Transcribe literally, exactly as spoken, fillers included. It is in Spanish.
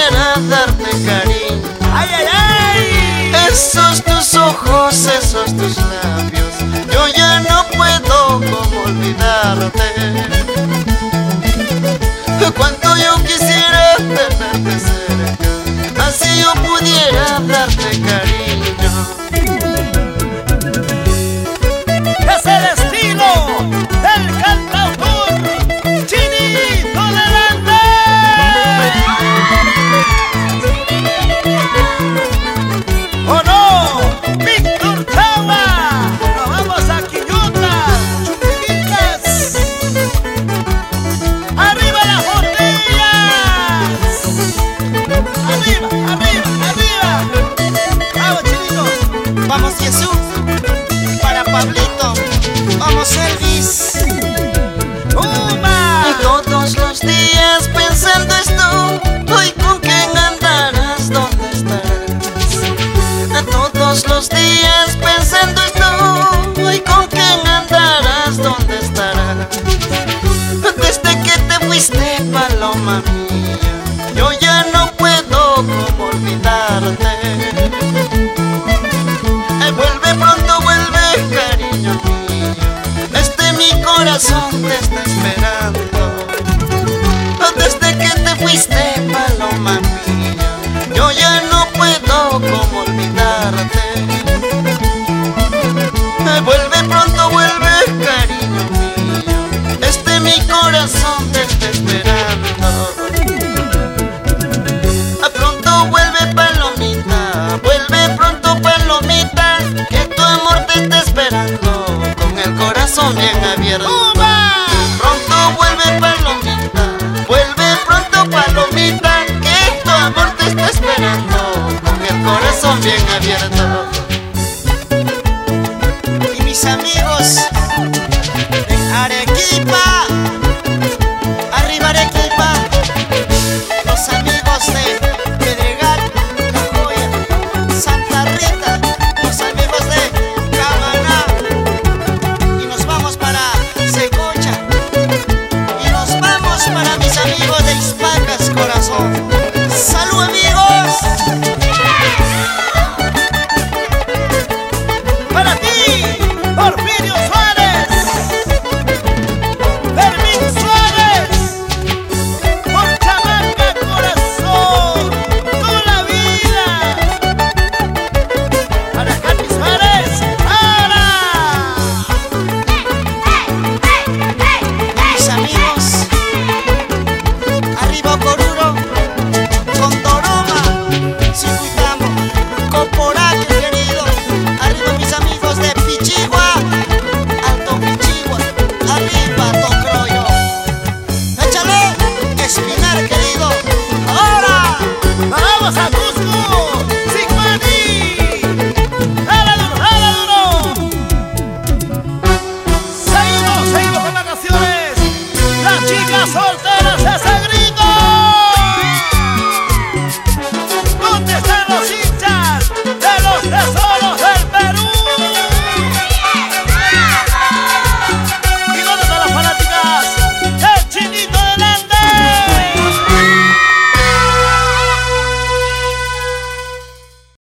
pudiera darte cariño. ¡Ay, ay, ay! Esos tus ojos, esos tus labios, yo ya no puedo como olvidarte. Cuánto yo quisiera tenerte cerca, así yo pudiera darte cariño. Es el estilo del cantautor Chinito Lalande. ¡Oh no! ¡Víctor Chava! ¡Nos vamos a Quillota! ¡Chupiquitas! ¡Arriba las botellas! ¡Arriba, arriba, arriba! ¡Vamos, Chinito! Vamos Jesús, para Pablito, vamos Elvis. ¡Uma! Y todos los días pensando estoy, hoy con quién andarás, dónde estarás. Todos los días pensando estoy, hoy con quién andarás, dónde estarás. Desde que te fuiste, paloma mía, yo ya no puedo como olvidarte. Eh, Vuelve pronto, vuelve, cariño mío, este mi corazón te está esperando. Desde que te fuiste, paloma mía, yo ya no puedo como olvidarte. Eh, Vuelve pronto, vuelve, cariño mío, este mi corazón te está esperando. Ah, Pronto vuelve, palomita, vuelve pronto, palomita, que tu amor te está esperando con el corazón bien abierto. ¡Uma! Pronto vuelve, palomita, vuelve pronto, palomita, que tu amor te está esperando con el corazón bien abierto. Y mis amigos en Arequipa,